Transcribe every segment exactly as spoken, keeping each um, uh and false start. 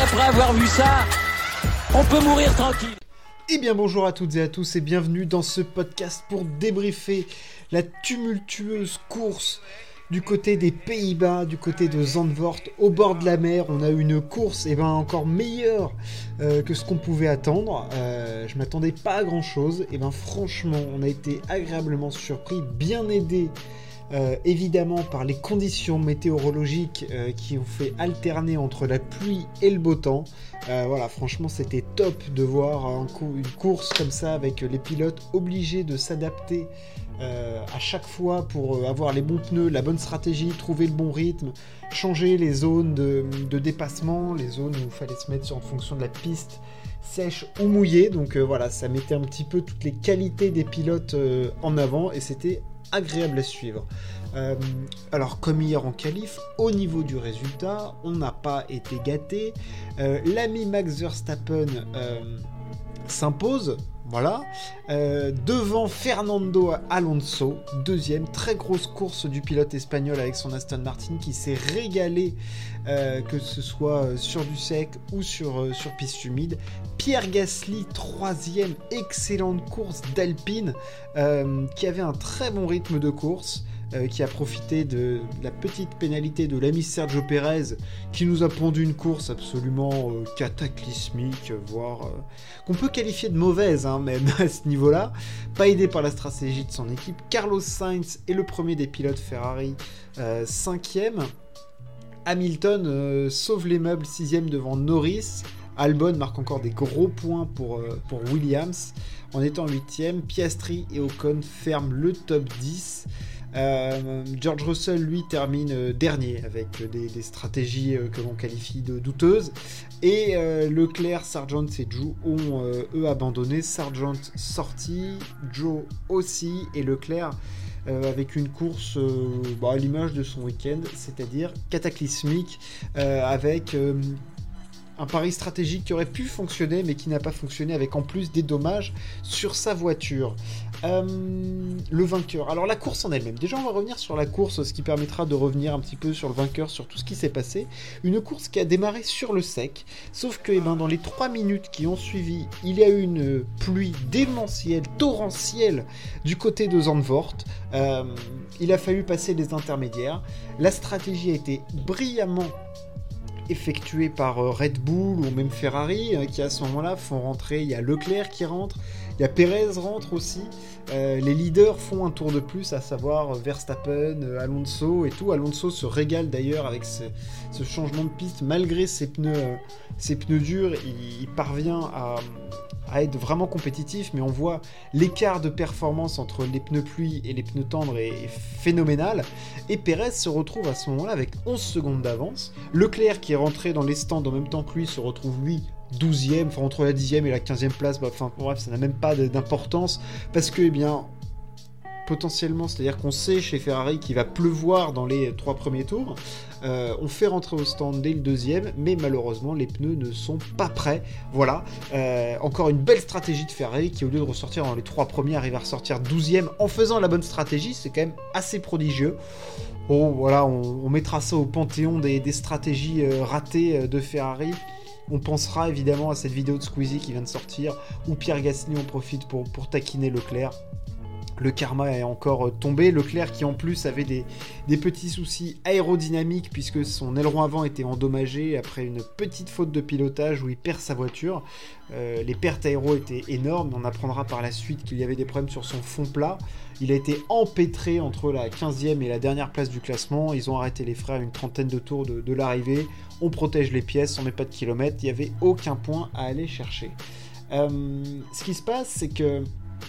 après avoir vu ça, on peut mourir tranquille. Eh bien bonjour à toutes et à tous et bienvenue dans ce podcast pour débriefer la tumultueuse course du côté des Pays-Bas, du côté de Zandvoort, au bord de la mer. On a eu une course eh ben, encore meilleure euh, que ce qu'on pouvait attendre. Euh, je m'attendais pas à grand chose. Et ben franchement, on a été agréablement surpris, bien aidé euh, évidemment par les conditions météorologiques euh, qui ont fait alterner entre la pluie et le beau temps. Euh, voilà, franchement, c'était top de voir un coup, une course comme ça avec les pilotes obligés de s'adapter euh, à chaque fois pour avoir les bons pneus, la bonne stratégie, trouver le bon rythme, changer les zones de, de dépassement, les zones où il fallait se mettre sur, en fonction de la piste sèche ou mouillée. Donc euh, voilà, ça mettait un petit peu toutes les qualités des pilotes euh, en avant et c'était agréable à suivre. Euh, alors comme hier en qualif, au niveau du résultat, on n'a pas été gâté. Euh, l'ami Max Verstappen euh, s'impose, voilà, euh, devant Fernando Alonso, deuxième, très grosse course du pilote espagnol avec son Aston Martin qui s'est régalé, euh, que ce soit sur du sec ou sur, euh, sur piste humide. Pierre Gasly, troisième, excellente course d'Alpine, euh, qui avait un très bon rythme de course. Euh, qui a profité de la petite pénalité de l'ami Sergio Pérez, qui nous a pondu une course absolument euh, cataclysmique, voire euh, qu'on peut qualifier de mauvaise, hein, même à ce niveau-là. Pas aidé par la stratégie de son équipe. Carlos Sainz est le premier des pilotes Ferrari, euh, cinquième. Hamilton euh, sauve les meubles, sixième devant Norris. Albon marque encore des gros points pour, euh, pour Williams. En étant huitième, Piastri et Ocon ferment le top dix. Euh, George Russell lui termine euh, dernier avec des, des stratégies euh, que l'on qualifie de douteuses et euh, Leclerc, Sargent et Zhou ont euh, eux abandonné. Sargent sorti, Zhou aussi et Leclerc euh, avec une course euh, bah, à l'image de son week-end, c'est-à-dire cataclysmique euh, avec euh, un pari stratégique qui aurait pu fonctionner mais qui n'a pas fonctionné avec en plus des dommages sur sa voiture. Euh, le vainqueur. Alors la course en elle-même. Déjà on va revenir sur la course, ce qui permettra de revenir un petit peu sur le vainqueur, sur tout ce qui s'est passé. Une course qui a démarré sur le sec, sauf que eh ben, dans les trois minutes qui ont suivi, il y a eu une pluie démentielle, torrentielle du côté de Zandvoort. Euh, il a fallu passer les intermédiaires. La stratégie a été brillamment effectué par Red Bull ou même Ferrari euh, qui à ce moment-là font rentrer, il y a Leclerc qui rentre, il y a Perez rentre aussi, euh, les leaders font un tour de plus, à savoir Verstappen, euh, Alonso et tout. Alonso se régale d'ailleurs avec ce, ce changement de piste, malgré ses pneus, euh, ses pneus durs, il, il parvient à, à être vraiment compétitif, mais on voit l'écart de performance entre les pneus pluie et les pneus tendres est, est phénoménal, et Perez se retrouve à ce moment-là avec onze secondes d'avance. Leclerc qui est rentré dans les stands en même temps que lui se retrouve lui douzième, enfin entre la dixième et la quinzième place, bah, enfin bref, ça n'a même pas d'importance, parce que, eh bien, potentiellement, c'est-à-dire qu'on sait chez Ferrari qu'il va pleuvoir dans les trois premiers tours, euh, on fait rentrer au stand dès le deuxième, mais malheureusement les pneus ne sont pas prêts, voilà, euh, encore une belle stratégie de Ferrari qui au lieu de ressortir dans les trois premiers arrive à ressortir douzième en faisant la bonne stratégie, c'est quand même assez prodigieux. Oh voilà, on, on mettra ça au panthéon des, des stratégies euh, ratées de Ferrari. On pensera évidemment à cette vidéo de Squeezie qui vient de sortir, où Pierre Gasly en profite pour, pour taquiner Leclerc. Le karma est encore tombé. Leclerc qui en plus avait des, des petits soucis aérodynamiques puisque son aileron avant était endommagé après une petite faute de pilotage où il perd sa voiture. Euh, les pertes aéro étaient énormes. On apprendra par la suite qu'il y avait des problèmes sur son fond plat. Il a été empêtré entre la quinzième et la dernière place du classement. Ils ont arrêté les frais à une trentaine de tours de, de l'arrivée. On protège les pièces, on met pas de kilomètres. Il n'y avait aucun point à aller chercher. Euh, ce qui se passe, c'est que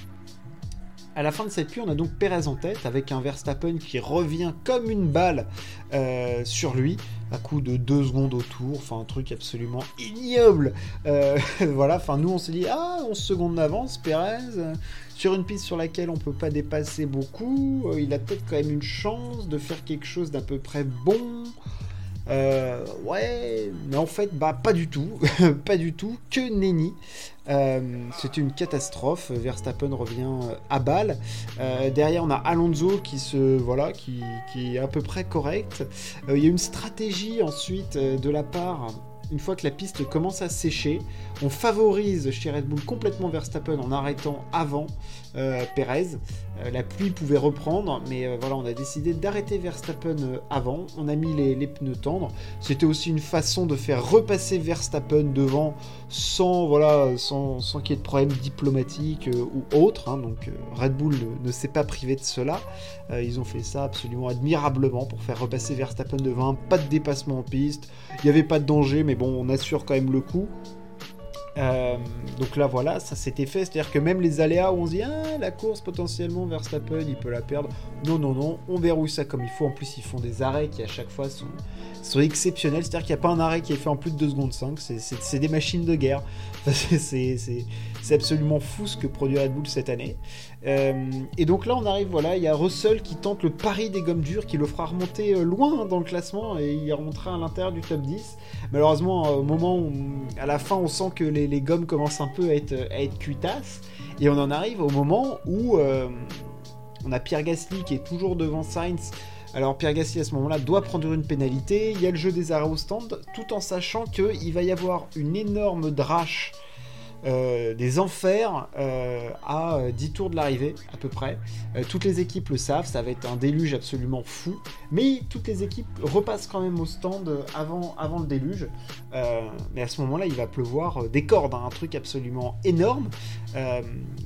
à la fin de cette pluie, on a donc Perez en tête avec un Verstappen qui revient comme une balle euh, sur lui à coup de deux secondes au tour, enfin un truc absolument ignoble. Euh, voilà, enfin nous on s'est dit ah onze secondes d'avance Perez euh, sur une piste sur laquelle on peut pas dépasser beaucoup, euh, il a peut-être quand même une chance de faire quelque chose d'à peu près bon. Euh, ouais, mais en fait, bah pas du tout, pas du tout, que nenni. Euh, c'était une catastrophe. Verstappen revient à balle. Euh, derrière, on a Alonso qui se, voilà, qui, qui est à peu près correct. Euh, il y a une stratégie ensuite euh, de la part une fois que la piste commence à sécher, on favorise chez Red Bull complètement Verstappen en arrêtant avant euh, Perez. Euh, la pluie pouvait reprendre, mais euh, voilà, on a décidé d'arrêter Verstappen euh, avant. On a mis les, les pneus tendres. C'était aussi une façon de faire repasser Verstappen devant sans, voilà, sans, sans qu'il y ait de problème diplomatique euh, ou autre. Hein. Donc euh, Red Bull ne, ne s'est pas privé de cela. Euh, ils ont fait ça absolument admirablement pour faire repasser Verstappen devant. Pas de dépassement en piste. Il n'y avait pas de danger, mais bon, on assure quand même le coup. Euh, donc là voilà, ça s'était fait, c'est-à-dire que même les aléas où on se dit ah la course potentiellement Verstappen il peut la perdre, non non non, on verrouille ça comme il faut. En plus ils font des arrêts qui à chaque fois sont, sont exceptionnels, c'est-à-dire qu'il n'y a pas un arrêt qui est fait en plus de deux secondes cinq, c'est, c'est, c'est des machines de guerre. c'est, c'est, c'est, c'est absolument fou ce que produit Red Bull cette année. Euh, et donc là on arrive, voilà, il y a Russell qui tente le pari des gommes dures qui le fera remonter loin dans le classement et il remontera à l'intérieur du top dix. Malheureusement au moment où à la fin on sent que les, les gommes commencent un peu à être, à être cuitasses et on en arrive au moment où euh, on a Pierre Gasly qui est toujours devant Sainz. Alors Pierre Gasly à ce moment-là doit prendre une pénalité, il y a le jeu des arrêts au stand tout en sachant qu'il va y avoir une énorme drache Euh, des enfers euh, à dix tours de l'arrivée à peu près. Euh, toutes les équipes le savent, ça va être un déluge absolument fou, mais toutes les équipes repassent quand même au stand avant, avant le déluge. Euh, mais à ce moment-là il va pleuvoir des cordes, hein, un truc absolument énorme. euh,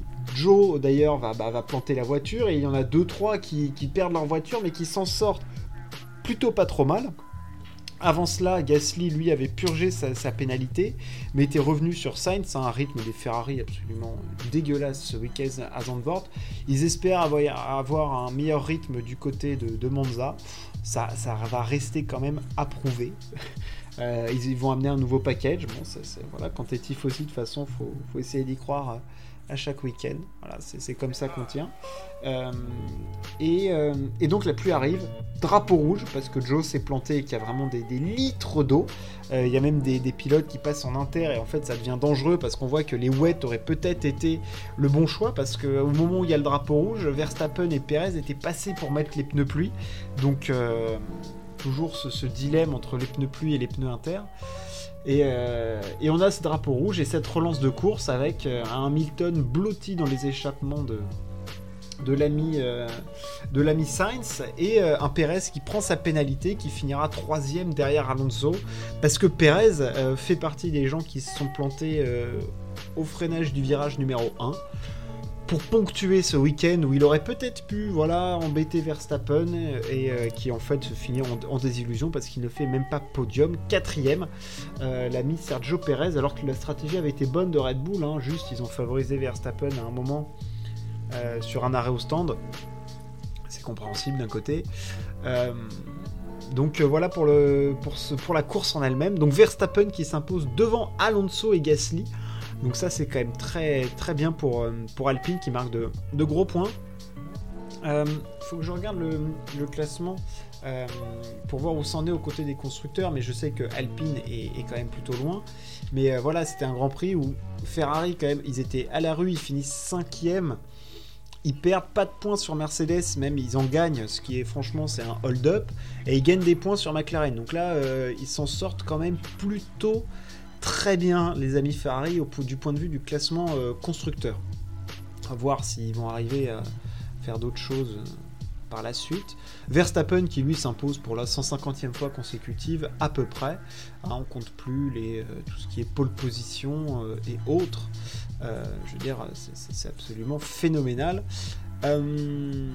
Joe d'ailleurs va, bah, va planter la voiture et il y en a deux trois qui, qui perdent leur voiture mais qui s'en sortent plutôt pas trop mal. Avant cela, Gasly, lui, avait purgé sa, sa pénalité, mais était revenu sur Sainz, un rythme des Ferrari absolument dégueulasse ce week-end à Zandvoort. Ils espèrent avoir, avoir un meilleur rythme du côté de, de Monza. Ça, ça va rester quand même approuvé. Euh, ils, ils vont amener un nouveau package. Bon, ça, c'est, voilà, quand t'es tifosi, de toute façon, faut, faut essayer d'y croire à, à chaque week-end. Voilà, c'est, c'est comme ça qu'on tient. Euh, et, euh, et donc la pluie arrive, drapeau rouge, parce que Joe s'est planté et qu'il y a vraiment des, des litres d'eau. Il euh, y a même des, des pilotes qui passent en inter et en fait ça devient dangereux parce qu'on voit que les wets auraient peut-être été le bon choix parce qu'au moment où il y a le drapeau rouge, Verstappen et Perez étaient passés pour mettre les pneus pluie. Donc euh, toujours ce, ce dilemme entre les pneus pluie et les pneus inter. Et, euh, et on a ce drapeau rouge et cette relance de course avec euh, un Hamilton blotti dans les échappements de, de, l'ami, euh, de l'ami Sainz et euh, un Perez qui prend sa pénalité, qui finira troisième derrière Alonso parce que Perez euh, fait partie des gens qui se sont plantés euh, au freinage du virage numéro un pour ponctuer ce week-end où il aurait peut-être pu voilà, embêter Verstappen et euh, qui en fait se finit en, en désillusion parce qu'il ne fait même pas podium. Quatrième, euh, l'ami Sergio Perez, alors que la stratégie avait été bonne de Red Bull, hein, juste ils ont favorisé Verstappen à un moment euh, sur un arrêt au stand. C'est compréhensible d'un côté. Euh, donc euh, voilà pour, le, pour, ce, pour la course en elle-même. Donc Verstappen qui s'impose devant Alonso et Gasly. Donc ça c'est quand même très, très bien pour, pour Alpine qui marque de, de gros points. Il euh, faut que je regarde le, le classement euh, pour voir où c'en est aux côtés des constructeurs, mais je sais que Alpine est, est quand même plutôt loin. Mais euh, voilà, c'était un Grand Prix où Ferrari quand même, ils étaient à la rue, ils finissent cinquième. Ils perdent pas de points sur Mercedes, même ils en gagnent, ce qui est franchement c'est un hold-up. Et ils gagnent des points sur McLaren. Donc là, euh, ils s'en sortent quand même plutôt très bien les amis Ferrari au, du point de vue du classement euh, constructeur. À voir s'ils vont arriver à faire d'autres choses euh, par la suite. Verstappen qui lui s'impose pour la cent cinquantième fois consécutive à peu près. Hein, on compte plus les, euh, tout ce qui est pole position euh, et autres. Euh, je veux dire, c'est, c'est absolument phénoménal. Euh,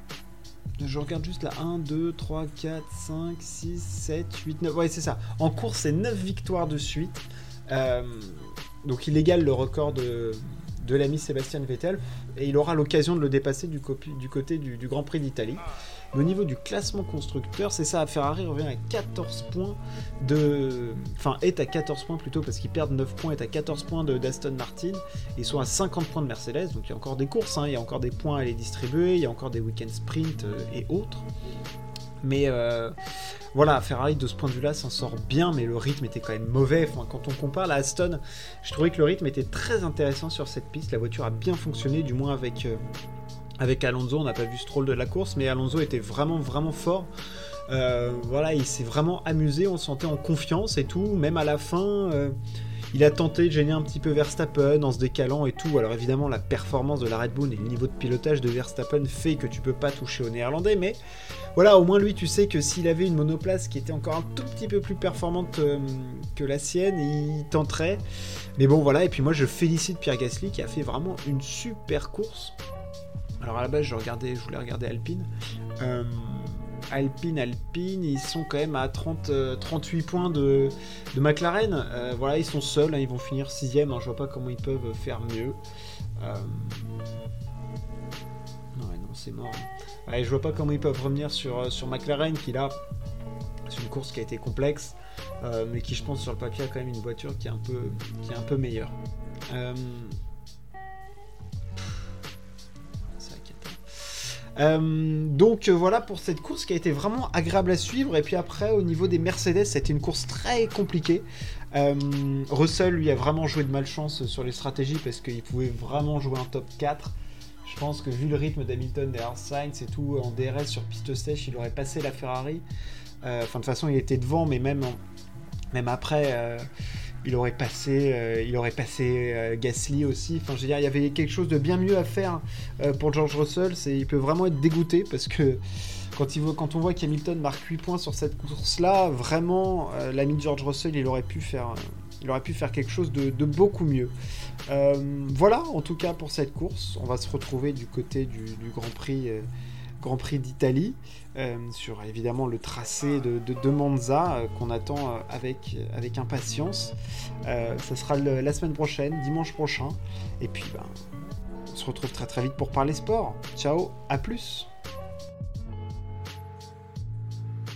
je regarde juste là, un, deux, trois, quatre, cinq, six, sept, huit, neuf, ouais c'est ça, en course c'est neuf victoires de suite, euh, donc il égale le record de, de l'ami Sébastien Vettel, et il aura l'occasion de le dépasser du, copi, du côté du, du Grand Prix d'Italie. Mais au niveau du classement constructeur, c'est ça, Ferrari revient à quatorze points de... Enfin, est à quatorze points plutôt, parce qu'ils perdent neuf points, est à quatorze points de, d'Aston Martin, ils sont à cinquante points de Mercedes, donc il y a encore des courses, hein, il y a encore des points à les distribuer, il y a encore des week-end sprint euh, et autres. Mais euh, voilà, Ferrari de ce point de vue-là s'en sort bien, mais le rythme était quand même mauvais. Enfin, quand on compare la Aston, je trouvais que le rythme était très intéressant sur cette piste, la voiture a bien fonctionné, du moins avec... Euh, Avec Alonso, on n'a pas vu Stroll de la course, mais Alonso était vraiment, vraiment fort. Euh, voilà, il s'est vraiment amusé, on se sentait en confiance et tout. Même à la fin, euh, il a tenté de gêner un petit peu Verstappen en se décalant et tout. Alors évidemment, la performance de la Red Bull et le niveau de pilotage de Verstappen fait que tu peux pas toucher aux Néerlandais, mais voilà, au moins lui, tu sais que s'il avait une monoplace qui était encore un tout petit peu plus performante euh, que la sienne, il tenterait. Mais bon, voilà, et puis moi je félicite Pierre Gasly qui a fait vraiment une super course. Alors à la base, je, regardais, je voulais regarder Alpine. Euh, Alpine, Alpine, ils sont quand même à trente, euh, trente-huit points de, de McLaren. Euh, voilà, ils sont seuls, hein, ils vont finir sixième. Hein, je vois pas comment ils peuvent faire mieux. Euh... Ouais, non, c'est mort. Ouais, je vois pas comment ils peuvent revenir sur, sur McLaren, qui là, c'est une course qui a été complexe, euh, mais qui, je pense, sur le papier, a quand même une voiture qui est un peu, qui est un peu meilleure. Euh... Euh, donc euh, voilà pour cette course qui a été vraiment agréable à suivre. Et puis après, au niveau des Mercedes, c'était une course très compliquée. euh, Russell lui a vraiment joué de malchance sur les stratégies parce qu'il pouvait vraiment jouer un top quatre. Je pense que vu le rythme d'Hamilton derrière Sainz et tout, en D R S sur piste sèche, il aurait passé la Ferrari. euh, Enfin de toute façon il était devant, mais même, même après euh, il aurait passé, euh, il aurait passé euh, Gasly aussi. Enfin, je veux dire, il y avait quelque chose de bien mieux à faire euh, pour George Russell. C'est, il peut vraiment être dégoûté parce que quand, il voit, quand on voit qu'Hamilton marque huit points sur cette course-là, vraiment, euh, l'ami de George Russell, il aurait pu faire, euh, il aurait pu faire quelque chose de, de beaucoup mieux. Euh, voilà, en tout cas pour cette course. On va se retrouver du côté du, du Grand Prix. Euh, Grand Prix d'Italie, euh, sur évidemment le tracé de, de, de Monza euh, qu'on attend euh, avec, avec impatience. Euh, ça sera le, la semaine prochaine, dimanche prochain. Et puis ben, on se retrouve très très vite pour parler sport. Ciao, à plus.